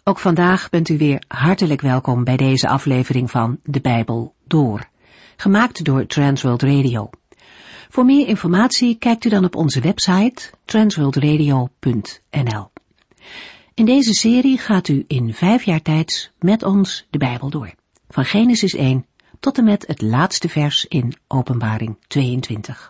Ook vandaag bent u weer hartelijk welkom bij deze aflevering van De Bijbel Door, gemaakt door Transworld Radio. Voor meer informatie kijkt u dan op onze website transworldradio.nl. In deze serie gaat u in 5 jaar tijd met ons de Bijbel door, van Genesis 1 tot en met het laatste vers in Openbaring 22.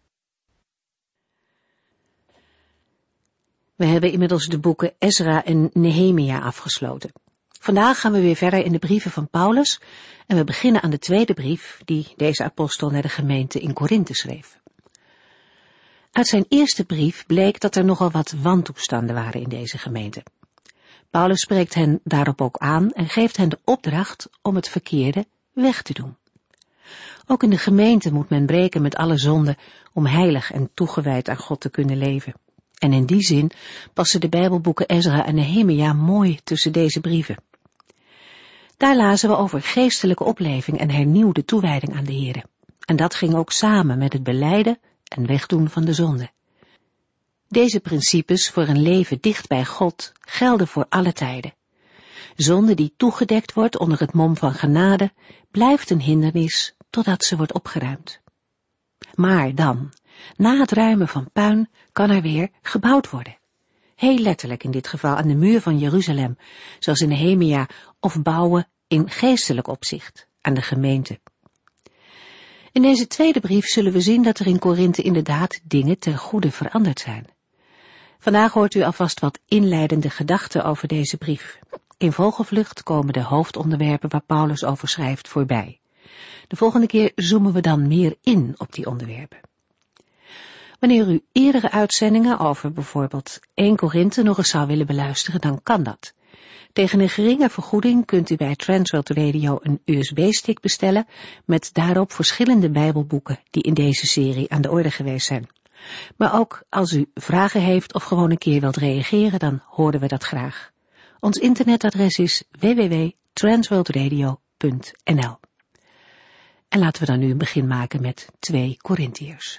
We hebben inmiddels de boeken Ezra en Nehemia afgesloten. Vandaag gaan we weer verder in de brieven van Paulus en we beginnen aan de tweede brief die deze apostel naar de gemeente in Korinthe schreef. Uit zijn eerste brief bleek dat er nogal wat wantoestanden waren in deze gemeente. Paulus spreekt hen daarop ook aan en geeft hen de opdracht om het verkeerde weg te doen. Ook in de gemeente moet men breken met alle zonden om heilig en toegewijd aan God te kunnen leven. En in die zin passen de Bijbelboeken Ezra en Nehemia mooi tussen deze brieven. Daar lazen we over geestelijke opleving en hernieuwde toewijding aan de Here. En dat ging ook samen met het belijden en wegdoen van de zonde. Deze principes voor een leven dicht bij God gelden voor alle tijden. Zonde die toegedekt wordt onder het mom van genade blijft een hindernis totdat ze wordt opgeruimd. Maar dan, na het ruimen van puin, kan er weer gebouwd worden. Heel letterlijk in dit geval aan de muur van Jeruzalem, zoals in Nehemia, of bouwen in geestelijk opzicht aan de gemeente. In deze tweede brief zullen we zien dat er in Korinthe inderdaad dingen ten goede veranderd zijn. Vandaag hoort u alvast wat inleidende gedachten over deze brief. In vogelvlucht komen de hoofdonderwerpen waar Paulus over schrijft voorbij. De volgende keer zoomen we dan meer in op die onderwerpen. Wanneer u eerdere uitzendingen over bijvoorbeeld 1 Korinthe nog eens zou willen beluisteren, dan kan dat. Tegen een geringe vergoeding kunt u bij Transworld Radio een USB-stick bestellen met daarop verschillende Bijbelboeken die in deze serie aan de orde geweest zijn. Maar ook als u vragen heeft of gewoon een keer wilt reageren, dan horen we dat graag. Ons internetadres is www.transworldradio.nl. En laten we dan nu een begin maken met 2 Korintiërs.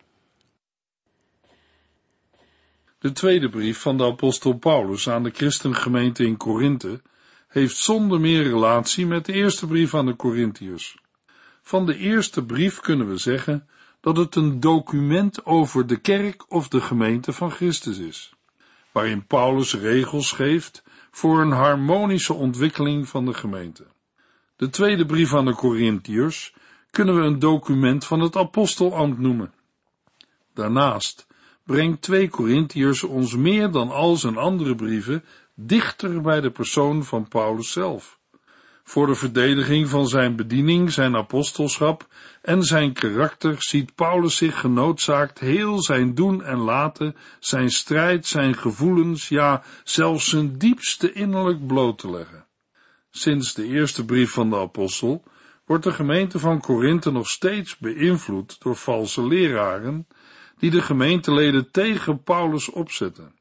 De tweede brief van de apostel Paulus aan de christengemeente in Korinthe heeft zonder meer relatie met de eerste brief aan de Korintiërs. Van de eerste brief kunnen we zeggen dat het een document over de kerk of de gemeente van Christus is, waarin Paulus regels geeft voor een harmonische ontwikkeling van de gemeente. De tweede brief aan de Korintiërs kunnen we een document van het apostelambt noemen. Daarnaast brengt 2 Korintiërs ons meer dan al zijn andere brieven dichter bij de persoon van Paulus zelf. Voor de verdediging van zijn bediening, zijn apostelschap en zijn karakter ziet Paulus zich genoodzaakt heel zijn doen en laten, zijn strijd, zijn gevoelens, ja, zelfs zijn diepste innerlijk bloot te leggen. Sinds de eerste brief van de apostel wordt de gemeente van Korinthe nog steeds beïnvloed door valse leraren die de gemeenteleden tegen Paulus opzetten.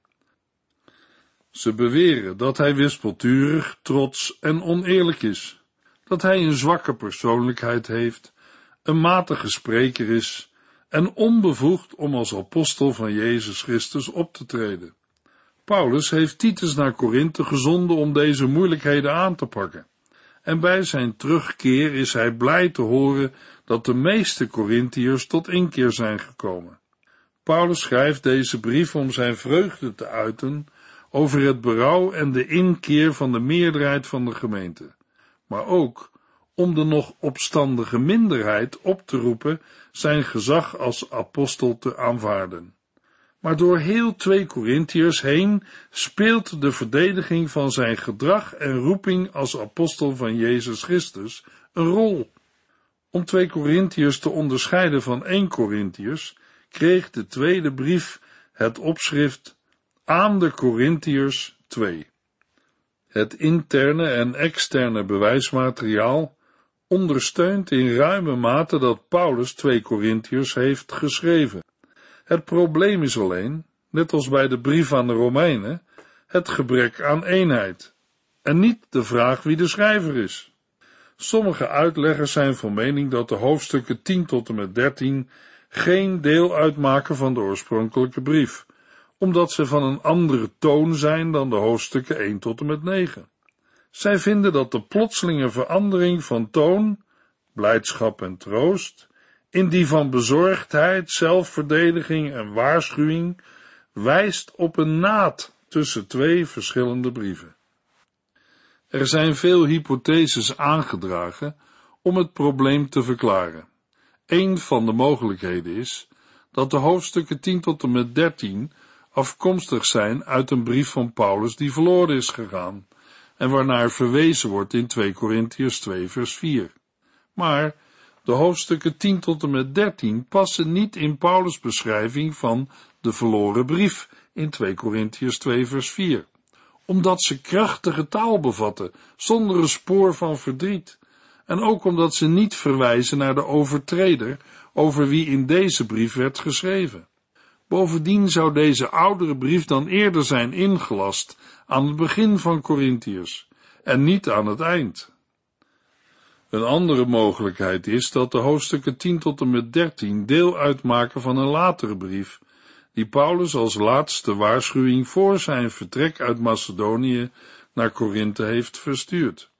Ze beweren dat hij wispelturig, trots en oneerlijk is, dat hij een zwakke persoonlijkheid heeft, een matige spreker is en onbevoegd om als apostel van Jezus Christus op te treden. Paulus heeft Titus naar Korinthe gezonden om deze moeilijkheden aan te pakken. En bij zijn terugkeer is hij blij te horen dat de meeste Korintiërs tot inkeer zijn gekomen. Paulus schrijft deze brief om zijn vreugde te uiten over het berouw en de inkeer van de meerderheid van de gemeente, maar ook om de nog opstandige minderheid op te roepen zijn gezag als apostel te aanvaarden. Maar door heel 2 Korintiërs heen speelt de verdediging van zijn gedrag en roeping als apostel van Jezus Christus een rol. Om 2 Korintiërs te onderscheiden van 1 Korintiërs kreeg de tweede brief het opschrift aan de Korintiërs 2. Het interne en externe bewijsmateriaal ondersteunt in ruime mate dat Paulus 2 Korintiërs heeft geschreven. Het probleem is alleen, net als bij de brief aan de Romeinen, het gebrek aan eenheid, en niet de vraag wie de schrijver is. Sommige uitleggers zijn van mening dat de hoofdstukken 10 tot en met 13 geen deel uitmaken van de oorspronkelijke brief, omdat ze van een andere toon zijn dan de hoofdstukken 1 tot en met 9. Zij vinden dat de plotselinge verandering van toon, blijdschap en troost, in die van bezorgdheid, zelfverdediging en waarschuwing, wijst op een naad tussen twee verschillende brieven. Er zijn veel hypotheses aangedragen om het probleem te verklaren. Een van de mogelijkheden is dat de hoofdstukken 10 tot en met 13 afkomstig zijn uit een brief van Paulus die verloren is gegaan en waarnaar verwezen wordt in 2 Korintiërs 2 vers 4. Maar de hoofdstukken 10 tot en met 13 passen niet in Paulus' beschrijving van de verloren brief in 2 Korintiërs 2 vers 4, omdat ze krachtige taal bevatten, zonder een spoor van verdriet, en ook omdat ze niet verwijzen naar de overtreder over wie in deze brief werd geschreven. Bovendien zou deze oudere brief dan eerder zijn ingelast aan het begin van Korintiërs en niet aan het eind. Een andere mogelijkheid is dat de hoofdstukken 10 tot en met 13 deel uitmaken van een latere brief, die Paulus als laatste waarschuwing voor zijn vertrek uit Macedonië naar Korinthe heeft verstuurd.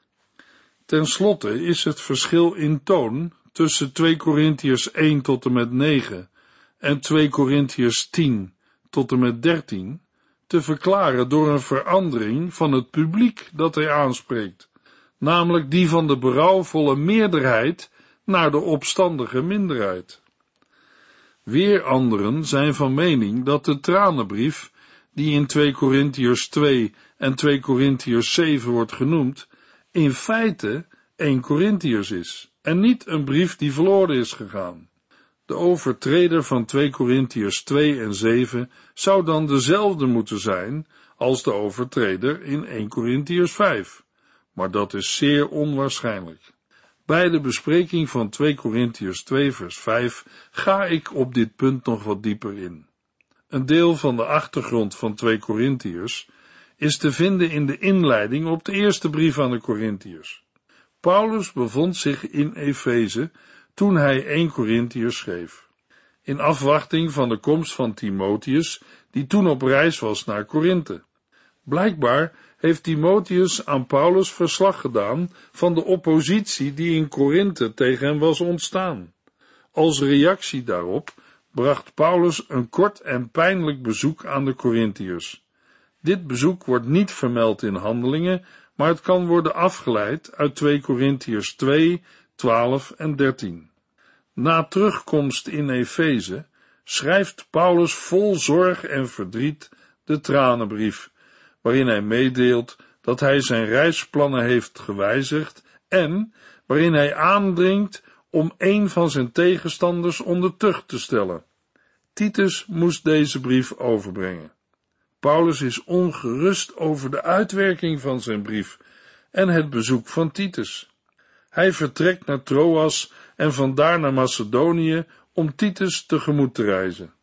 Ten slotte is het verschil in toon tussen 2 Korintiërs 1 tot en met 9 en 2 Korintiërs 10 tot en met 13 te verklaren door een verandering van het publiek dat hij aanspreekt, namelijk die van de berouwvolle meerderheid naar de opstandige minderheid. Weer anderen zijn van mening dat de tranenbrief, die in 2 Korintiërs 2 en 2 Korintiërs 7 wordt genoemd, in feite 1 Korintiërs is, en niet een brief die verloren is gegaan. De overtreder van 2 Korintiërs 2 en 7 zou dan dezelfde moeten zijn als de overtreder in 1 Korintiërs 5, maar dat is zeer onwaarschijnlijk. Bij de bespreking van 2 Korintiërs 2 vers 5 ga ik op dit punt nog wat dieper in. Een deel van de achtergrond van 2 Korintiërs is te vinden in de inleiding op de eerste brief aan de Korintiërs. Paulus bevond zich in Efeze toen hij 1 Korintiërs schreef, in afwachting van de komst van Timotheus, die toen op reis was naar Korinthe. Blijkbaar heeft Timotheus aan Paulus verslag gedaan van de oppositie die in Korinthe tegen hem was ontstaan. Als reactie daarop bracht Paulus een kort en pijnlijk bezoek aan de Korintiërs. Dit bezoek wordt niet vermeld in Handelingen, maar het kan worden afgeleid uit 2 Korintiërs 2, 12 en 13. Na terugkomst in Efeze schrijft Paulus vol zorg en verdriet de tranenbrief, waarin hij meedeelt dat hij zijn reisplannen heeft gewijzigd en waarin hij aandringt om een van zijn tegenstanders onder tucht te stellen. Titus moest deze brief overbrengen. Paulus is ongerust over de uitwerking van zijn brief en het bezoek van Titus. Hij vertrekt naar Troas en vandaar naar Macedonië om Titus tegemoet te reizen.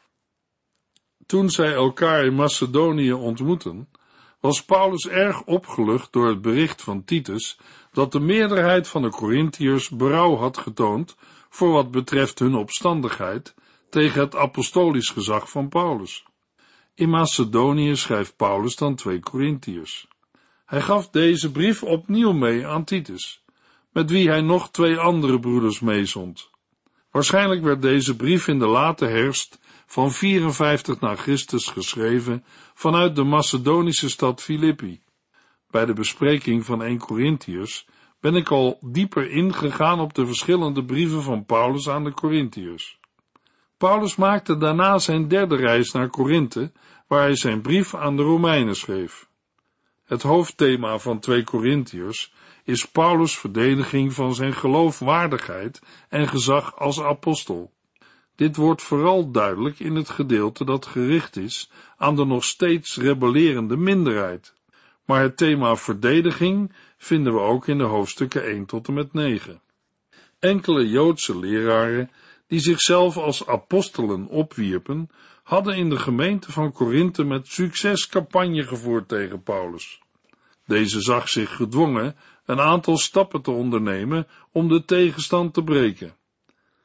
Toen zij elkaar in Macedonië ontmoetten, was Paulus erg opgelucht door het bericht van Titus dat de meerderheid van de Korintiërs berouw had getoond voor wat betreft hun opstandigheid tegen het apostolisch gezag van Paulus. In Macedonië schrijft Paulus dan 2 Korintiërs. Hij gaf deze brief opnieuw mee aan Titus, met wie hij nog 2 andere broeders meezond. Waarschijnlijk werd deze brief in de late herfst van 54 na Christus geschreven vanuit de Macedonische stad Filippi. Bij de bespreking van 1 Korintiërs ben ik al dieper ingegaan op de verschillende brieven van Paulus aan de Korintiërs. Paulus maakte daarna zijn derde reis naar Korinthe, waar hij zijn brief aan de Romeinen schreef. Het hoofdthema van 2 Korintiërs is Paulus' verdediging van zijn geloofwaardigheid en gezag als apostel. Dit wordt vooral duidelijk in het gedeelte dat gericht is aan de nog steeds rebellerende minderheid. Maar het thema verdediging vinden we ook in de hoofdstukken 1 tot en met 9. Enkele Joodse leraren, die zichzelf als apostelen opwierpen, hadden in de gemeente van Korinthe met succes campagne gevoerd tegen Paulus. Deze zag zich gedwongen een aantal stappen te ondernemen om de tegenstand te breken.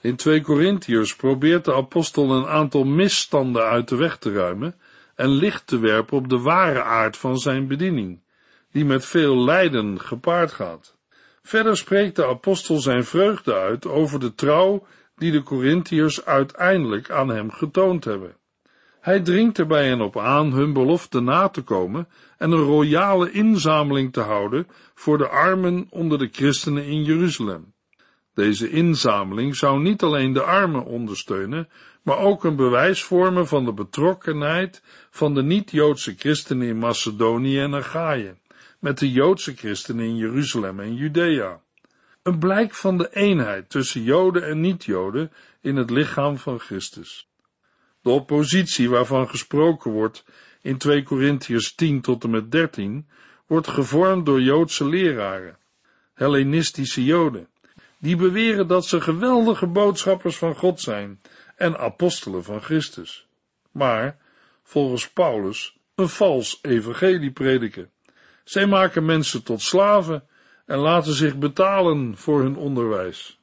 In 2 Korintiërs probeert de apostel een aantal misstanden uit de weg te ruimen en licht te werpen op de ware aard van zijn bediening, die met veel lijden gepaard gaat. Verder spreekt de apostel zijn vreugde uit over de trouw die de Korintiërs uiteindelijk aan hem getoond hebben. Hij dringt er bij hen op aan hun belofte na te komen en een royale inzameling te houden voor de armen onder de christenen in Jeruzalem. Deze inzameling zou niet alleen de armen ondersteunen, maar ook een bewijs vormen van de betrokkenheid van de niet-Joodse christenen in Macedonië en Achaïe, met de Joodse christenen in Jeruzalem en Judea. Een blijk van de eenheid tussen Joden en niet-Joden in het lichaam van Christus. De oppositie waarvan gesproken wordt in 2 Korintiërs 10 tot en met 13, wordt gevormd door Joodse leraren, Hellenistische Joden, die beweren dat ze geweldige boodschappers van God zijn en apostelen van Christus, maar, volgens Paulus, een vals evangelie prediken. Zij maken mensen tot slaven en laten zich betalen voor hun onderwijs.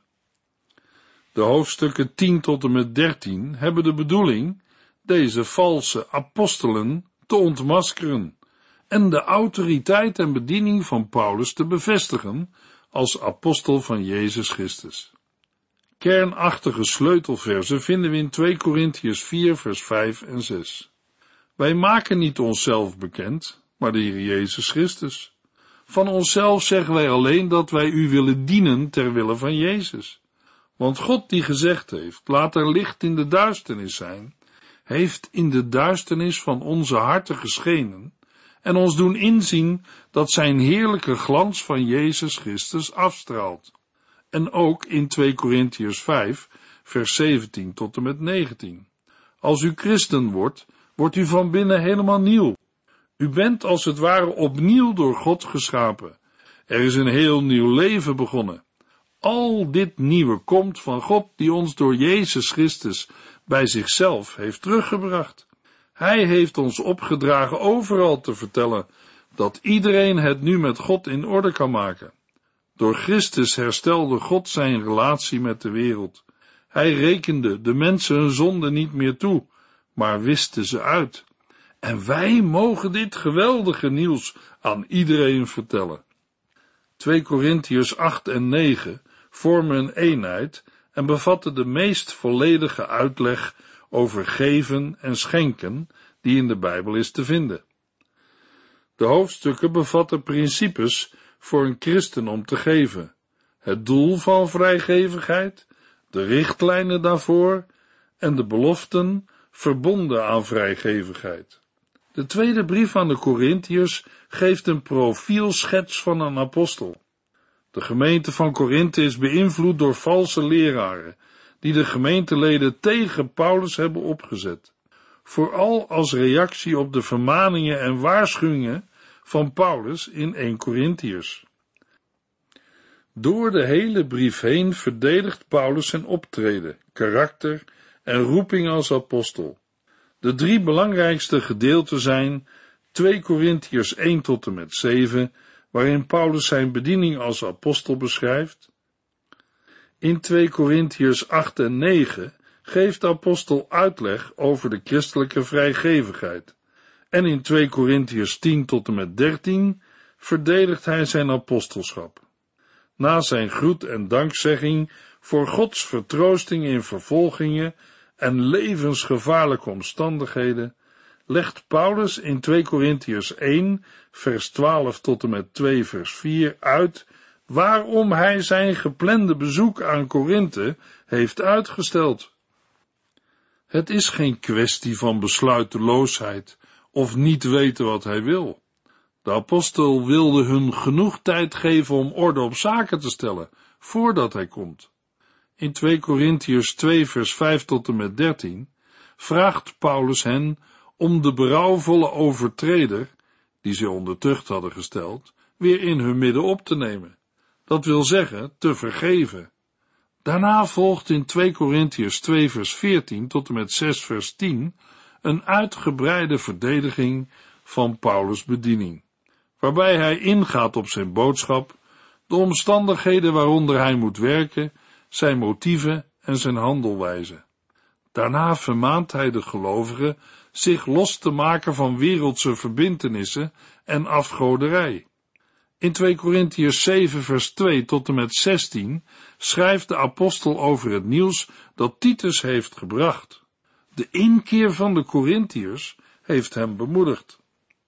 De hoofdstukken 10 tot en met 13 hebben de bedoeling deze valse apostelen te ontmaskeren en de autoriteit en bediening van Paulus te bevestigen als apostel van Jezus Christus. Kernachtige sleutelverzen vinden we in 2 Korintiërs 4 vers 5 en 6. Wij maken niet onszelf bekend, maar de Heer Jezus Christus. Van onszelf zeggen wij alleen dat wij u willen dienen ter wille van Jezus. Want God die gezegd heeft, laat er licht in de duisternis zijn, heeft in de duisternis van onze harten geschenen en ons doen inzien dat zijn heerlijke glans van Jezus Christus afstraalt. En ook in 2 Korintiërs 5, vers 17 tot en met 19. Als u christen wordt, wordt u van binnen helemaal nieuw. U bent als het ware opnieuw door God geschapen. Er is een heel nieuw leven begonnen. Al dit nieuwe komt van God die ons door Jezus Christus bij zichzelf heeft teruggebracht. Hij heeft ons opgedragen overal te vertellen dat iedereen het nu met God in orde kan maken. Door Christus herstelde God zijn relatie met de wereld. Hij rekende de mensen hun zonde niet meer toe, maar wiste ze uit. En wij mogen dit geweldige nieuws aan iedereen vertellen. 2 Korintiërs 8 en 9 vormen een eenheid en bevatten de meest volledige uitleg over geven en schenken die in de Bijbel is te vinden. De hoofdstukken bevatten principes voor een christen om te geven, het doel van vrijgevigheid, de richtlijnen daarvoor en de beloften verbonden aan vrijgevigheid. De tweede brief aan de Korintiërs geeft een profielschets van een apostel. De gemeente van Korinthe is beïnvloed door valse leraren, die de gemeenteleden tegen Paulus hebben opgezet, vooral als reactie op de vermaningen en waarschuwingen van Paulus in 1 Korintiërs. Door de hele brief heen verdedigt Paulus zijn optreden, karakter en roeping als apostel. De 3 belangrijkste gedeelten zijn 2 Korintiërs 1 tot en met 7, waarin Paulus zijn bediening als apostel beschrijft. In 2 Korintiërs 8 en 9 geeft de apostel uitleg over de christelijke vrijgevigheid. En in 2 Korintiërs 10 tot en met 13 verdedigt hij zijn apostelschap. Na zijn groet en dankzegging voor Gods vertroosting in vervolgingen en levensgevaarlijke omstandigheden, legt Paulus in 2 Korintiërs 1, vers 12 tot en met 2 vers 4 uit waarom hij zijn geplande bezoek aan Korinthe heeft uitgesteld. Het is geen kwestie van besluiteloosheid of niet weten wat hij wil. De apostel wilde hun genoeg tijd geven om orde op zaken te stellen, voordat hij komt. In 2 Korintiërs 2 vers 5 tot en met 13 vraagt Paulus hen om de berouwvolle overtreder, die ze onder tucht hadden gesteld, weer in hun midden op te nemen. Dat wil zeggen, te vergeven. Daarna volgt in 2 Korintiërs 2 vers 14 tot en met 6 vers 10 een uitgebreide verdediging van Paulus' bediening, waarbij hij ingaat op zijn boodschap, de omstandigheden waaronder hij moet werken, zijn motieven en zijn handelwijze. Daarna vermaant hij de gelovigen zich los te maken van wereldse verbintenissen en afgoderij. In 2 Korintiërs 7 vers 2 tot en met 16 schrijft de apostel over het nieuws dat Titus heeft gebracht. De inkeer van de Korintiërs heeft hem bemoedigd.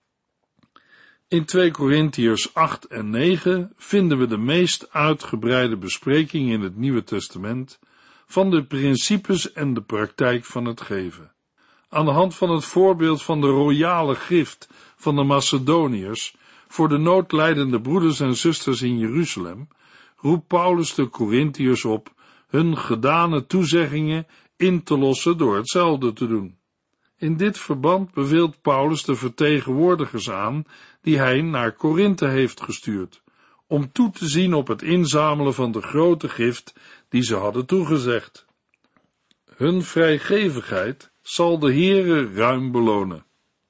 In 2 Korintiërs 8 en 9 vinden we de meest uitgebreide bespreking in het Nieuwe Testament van de principes en de praktijk van het geven. Aan de hand van het voorbeeld van de royale gift van de Macedoniërs voor de noodlijdende broeders en zusters in Jeruzalem, roept Paulus de Korintiërs op hun gedane toezeggingen in te lossen door hetzelfde te doen. In dit verband beveelt Paulus de vertegenwoordigers aan die hij naar Korinthe heeft gestuurd, om toe te zien op het inzamelen van de grote gift die ze hadden toegezegd. Hun vrijgevigheid zal de Heere ruim belonen.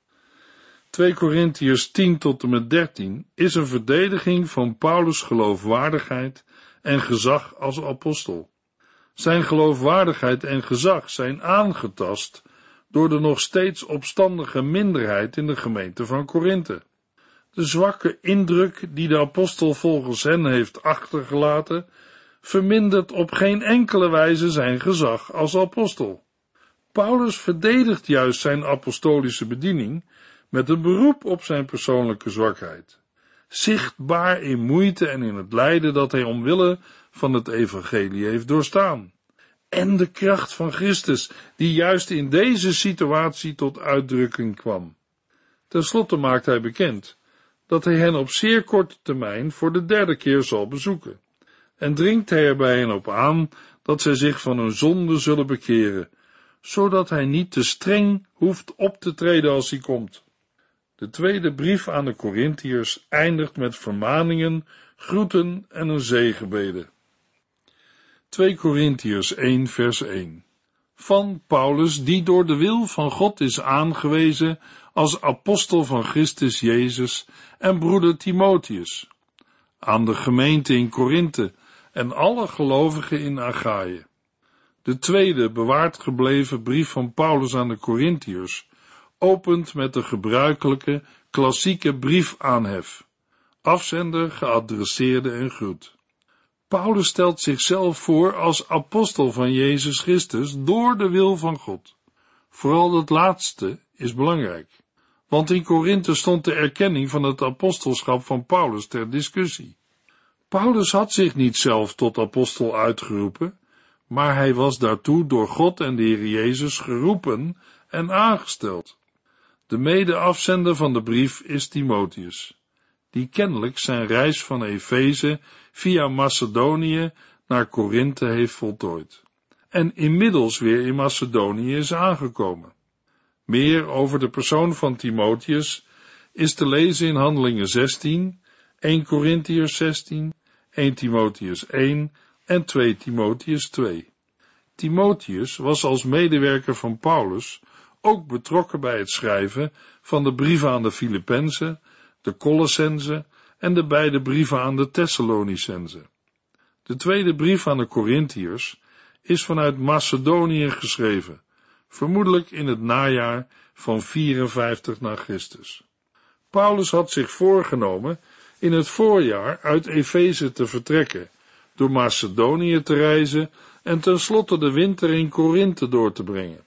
2 Korintiërs 10 tot en met 13 is een verdediging van Paulus' geloofwaardigheid en gezag als apostel. Zijn geloofwaardigheid en gezag zijn aangetast door de nog steeds opstandige minderheid in de gemeente van Korinthe. De zwakke indruk die de apostel volgens hen heeft achtergelaten, vermindert op geen enkele wijze zijn gezag als apostel. Paulus verdedigt juist zijn apostolische bediening met een beroep op zijn persoonlijke zwakheid, zichtbaar in moeite en in het lijden dat hij omwille van het evangelie heeft doorstaan, en de kracht van Christus, die juist in deze situatie tot uitdrukking kwam. Ten slotte maakt hij bekend dat hij hen op zeer korte termijn voor de 3e keer zal bezoeken, en dringt hij er bij hen op aan dat zij zich van hun zonde zullen bekeren, zodat hij niet te streng hoeft op te treden als hij komt. De tweede brief aan de Korintiërs eindigt met vermaningen, groeten en een zegenbede. 2 Korintiërs 1 vers 1. Van Paulus, die door de wil van God is aangewezen als apostel van Christus Jezus, en broeder Timotheus, aan de gemeente in Korinthe en alle gelovigen in Achaïe. De tweede bewaard gebleven brief van Paulus aan de Korintiërs opent met de gebruikelijke, klassieke briefaanhef, afzender, geadresseerde en groet. Paulus stelt zichzelf voor als apostel van Jezus Christus door de wil van God. Vooral dat laatste is belangrijk, want in Korinthe stond de erkenning van het apostelschap van Paulus ter discussie. Paulus had zich niet zelf tot apostel uitgeroepen, maar hij was daartoe door God en de Heer Jezus geroepen en aangesteld. De mede-afzender van de brief is Timotheus, die kennelijk zijn reis van Efeze via Macedonië naar Korinthe heeft voltooid, en inmiddels weer in Macedonië is aangekomen. Meer over de persoon van Timotheus is te lezen in Handelingen 16, 1 Korintiërs 16, 1 Timotheus 1 en 2 Timotheus 2. Timotheus was als medewerker van Paulus ook betrokken bij het schrijven van de brieven aan de Filippenzen, de Colossenzen en de beide brieven aan de Thessalonicenzen. De tweede brief aan de Korintiërs is vanuit Macedonië geschreven, vermoedelijk in het najaar van 54 na Christus. Paulus had zich voorgenomen in het voorjaar uit Efeze te vertrekken, door Macedonië te reizen en tenslotte de winter in Korinthe door te brengen.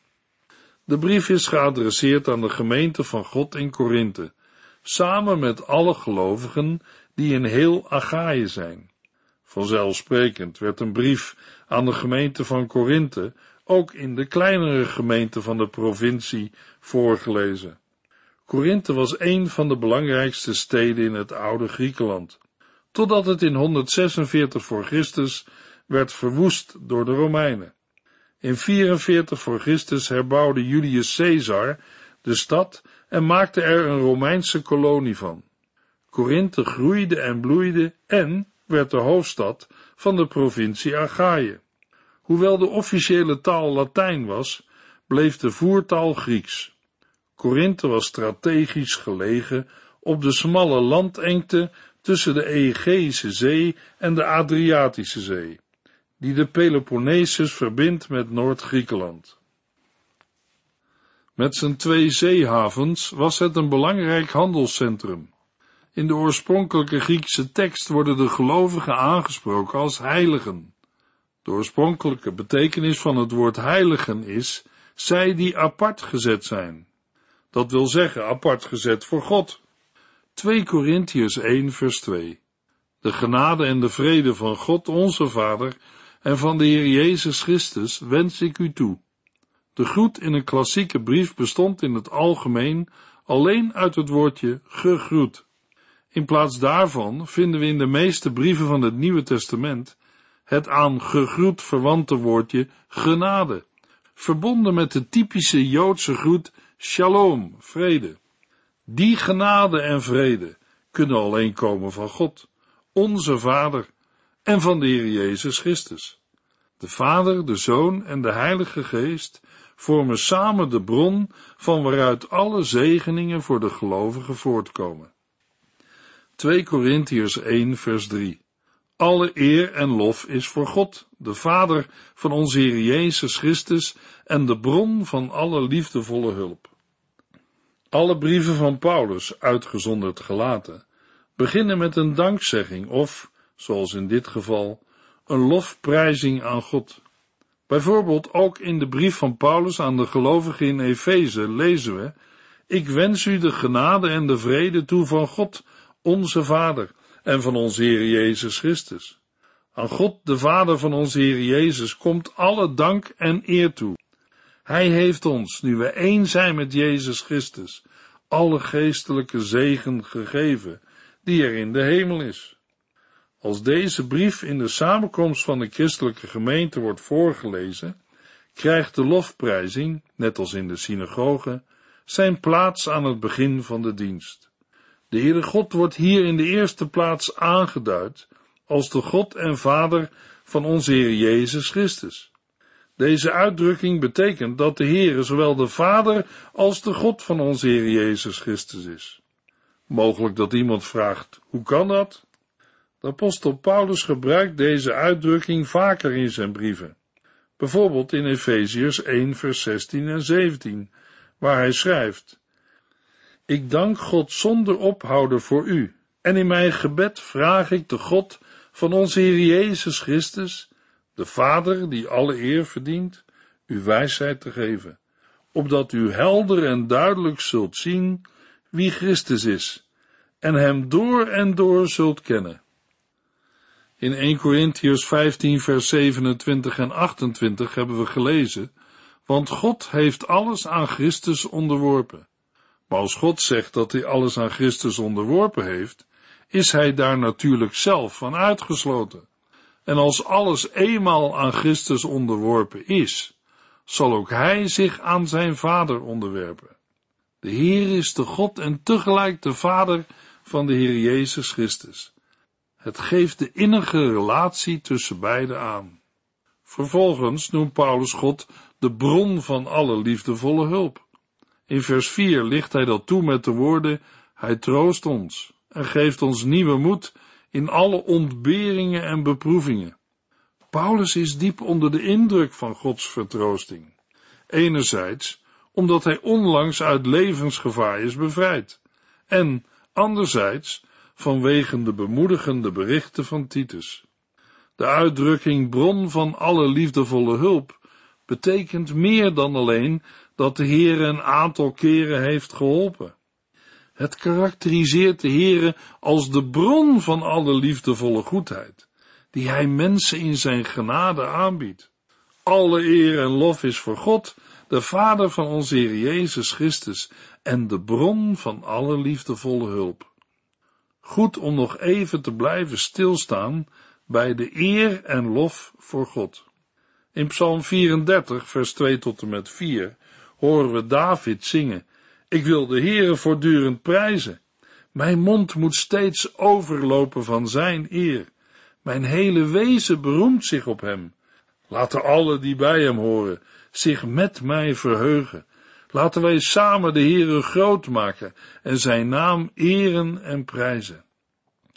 De brief is geadresseerd aan de gemeente van God in Korinthe, samen met alle gelovigen die in heel Achaïe zijn. Vanzelfsprekend werd een brief aan de gemeente van Korinthe ook in de kleinere gemeenten van de provincie voorgelezen. Korinthe was een van de belangrijkste steden in het oude Griekenland, totdat het in 146 voor Christus werd verwoest door de Romeinen. In 44 voor Christus herbouwde Julius Caesar de stad en maakte er een Romeinse kolonie van. Korinthe groeide en bloeide en werd de hoofdstad van de provincie Achaïe. Hoewel de officiële taal Latijn was, bleef de voertaal Grieks. Korinthe was strategisch gelegen op de smalle landengte tussen de Egeïsche Zee en de Adriatische Zee, die de Peloponnesus verbindt met Noord-Griekenland. Met zijn 2 zeehavens was het een belangrijk handelscentrum. In de oorspronkelijke Griekse tekst worden de gelovigen aangesproken als heiligen. De oorspronkelijke betekenis van het woord heiligen is, zij die apart gezet zijn. Dat wil zeggen, apart gezet voor God. 2 Korintiërs 1 vers 2. De genade en de vrede van God onze Vader en van de Heer Jezus Christus wens ik u toe. De groet in een klassieke brief bestond in het algemeen alleen uit het woordje gegroet. In plaats daarvan vinden we in de meeste brieven van het Nieuwe Testament het aan gegroet verwante woordje genade, verbonden met de typische Joodse groet shalom, vrede. Die genade en vrede kunnen alleen komen van God, onze Vader, en van de Heer Jezus Christus. De Vader, de Zoon en de Heilige Geest vormen samen de bron van waaruit alle zegeningen voor de gelovigen voortkomen. 2 Korintiërs 1 vers 3. Alle eer en lof is voor God, de Vader van onze Heer Jezus Christus en de bron van alle liefdevolle hulp. Alle brieven van Paulus, uitgezonderd Galaten, beginnen met een dankzegging of, zoals in dit geval, een lofprijzing aan God. Bijvoorbeeld ook in de brief van Paulus aan de gelovigen in Efeze lezen we: Ik wens u de genade en de vrede toe van God, onze Vader, en van onze Heer Jezus Christus. Aan God, de Vader van onze Heer Jezus, komt alle dank en eer toe. Hij heeft ons, nu we één zijn met Jezus Christus, alle geestelijke zegen gegeven, die er in de hemel is. Als deze brief in de samenkomst van de christelijke gemeente wordt voorgelezen, krijgt de lofprijzing, net als in de synagoge, zijn plaats aan het begin van de dienst. De Heere God wordt hier in de eerste plaats aangeduid als de God en Vader van onze Heer Jezus Christus. Deze uitdrukking betekent dat de Heere zowel de Vader als de God van onze Heer Jezus Christus is. Mogelijk dat iemand vraagt, hoe kan dat? De apostel Paulus gebruikt deze uitdrukking vaker in zijn brieven. Bijvoorbeeld in Efeziërs 1 vers 16 en 17, waar hij schrijft: Ik dank God zonder ophouden voor u, en in mijn gebed vraag ik de God van onze Heer Jezus Christus, de Vader die alle eer verdient, u wijsheid te geven, opdat u helder en duidelijk zult zien wie Christus is, en hem door en door zult kennen. In 1 Korintiërs 15 vers 27 en 28 hebben we gelezen, want God heeft alles aan Christus onderworpen. Maar als God zegt dat hij alles aan Christus onderworpen heeft, is hij daar natuurlijk zelf van uitgesloten. En als alles eenmaal aan Christus onderworpen is, zal ook hij zich aan zijn Vader onderwerpen. De Heer is de God en tegelijk de Vader van de Heer Jezus Christus. Het geeft de innige relatie tussen beiden aan. Vervolgens noemt Paulus God de bron van alle liefdevolle hulp. In vers 4 licht hij dat toe met de woorden: Hij troost ons en geeft ons nieuwe moed in alle ontberingen en beproevingen. Paulus is diep onder de indruk van Gods vertroosting. Enerzijds omdat hij onlangs uit levensgevaar is bevrijd, en anderzijds vanwege de bemoedigende berichten van Titus. De uitdrukking bron van alle liefdevolle hulp betekent meer dan alleen dat de Heere een aantal keren heeft geholpen. Het karakteriseert de Heere als de bron van alle liefdevolle goedheid, die hij mensen in zijn genade aanbiedt. Alle eer en lof is voor God, de Vader van onze Heer Jezus Christus en de bron van alle liefdevolle hulp. Goed om nog even te blijven stilstaan bij de eer en lof voor God. In Psalm 34, vers 2 tot en met 4, horen we David zingen: Ik wil de Heere voortdurend prijzen. Mijn mond moet steeds overlopen van zijn eer. Mijn hele wezen beroemt zich op hem. Laten alle die bij hem horen zich met mij verheugen. Laten wij samen de Heere groot maken en zijn naam eren en prijzen.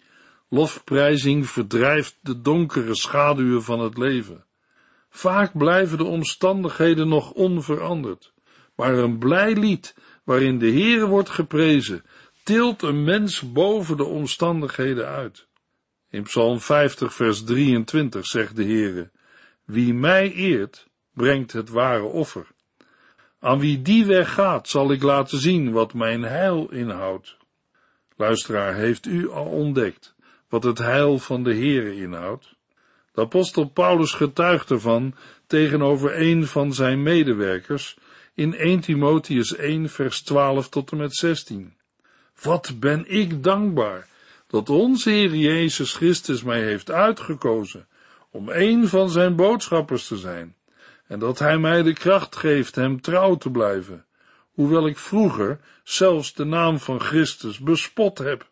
Lofprijzing verdrijft de donkere schaduwen van het leven. Vaak blijven de omstandigheden nog onveranderd, maar een blij lied waarin de Heere wordt geprezen, tilt een mens boven de omstandigheden uit. In Psalm 50 vers 23 zegt de Heere: wie mij eert, brengt het ware offer. Aan wie die weg gaat, zal ik laten zien wat mijn heil inhoudt. Luisteraar, heeft u al ontdekt wat het heil van de Heere inhoudt? De apostel Paulus getuigt ervan tegenover een van zijn medewerkers in 1 Timotheüs 1 vers 12 tot en met 16. Wat ben ik dankbaar dat onze Heer Jezus Christus mij heeft uitgekozen om een van zijn boodschappers te zijn, en dat hij mij de kracht geeft hem trouw te blijven, hoewel ik vroeger zelfs de naam van Christus bespot heb.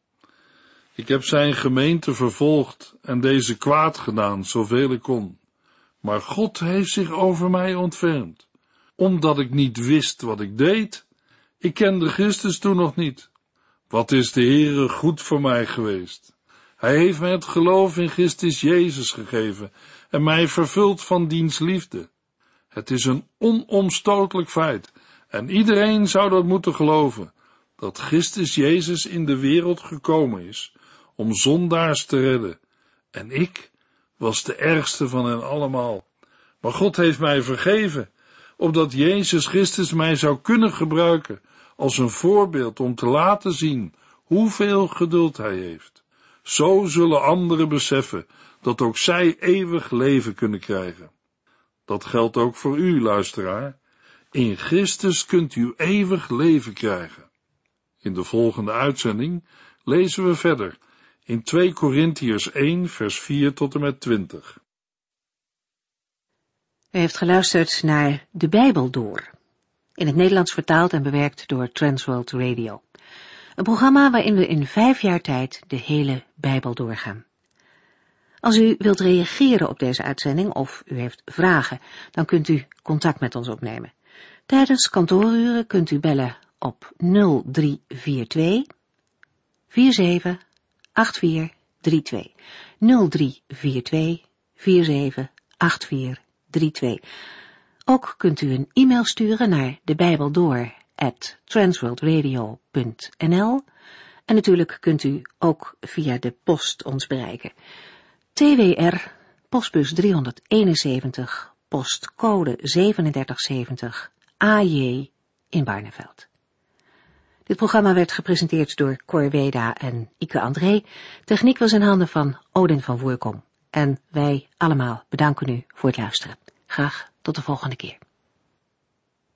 Ik heb zijn gemeente vervolgd en deze kwaad gedaan, zoveel ik kon. Maar God heeft zich over mij ontfermd, omdat ik niet wist wat ik deed. Ik kende Christus toen nog niet. Wat is de Heere goed voor mij geweest? Hij heeft mij het geloof in Christus Jezus gegeven en mij vervuld van diens liefde. Het is een onomstotelijk feit, en iedereen zou dat moeten geloven, dat Christus Jezus in de wereld gekomen is om zondaars te redden. En ik was de ergste van hen allemaal. Maar God heeft mij vergeven, opdat Jezus Christus mij zou kunnen gebruiken als een voorbeeld om te laten zien hoeveel geduld hij heeft. Zo zullen anderen beseffen dat ook zij eeuwig leven kunnen krijgen. Dat geldt ook voor u, luisteraar. In Christus kunt u eeuwig leven krijgen. In de volgende uitzending lezen we verder in 2 Korintiërs 1 vers 4 tot en met 20. U heeft geluisterd naar De Bijbel Door, in het Nederlands vertaald en bewerkt door Transworld Radio. Een programma waarin we in 5 jaar tijd de hele Bijbel doorgaan. Als u wilt reageren op deze uitzending of u heeft vragen, dan kunt u contact met ons opnemen. Tijdens kantooruren kunt u bellen op 0342 478432. 0342 478432. Ook kunt u een e-mail sturen naar debijbeldoor@transworldradio.nl en natuurlijk kunt u ook via de post ons bereiken. TWR, postbus 371, postcode 3770, AJ in Barneveld. Dit programma werd gepresenteerd door Cor Weda en Ike André. Techniek was in handen van Odin van Voerkom. En wij allemaal bedanken u voor het luisteren. Graag tot de volgende keer.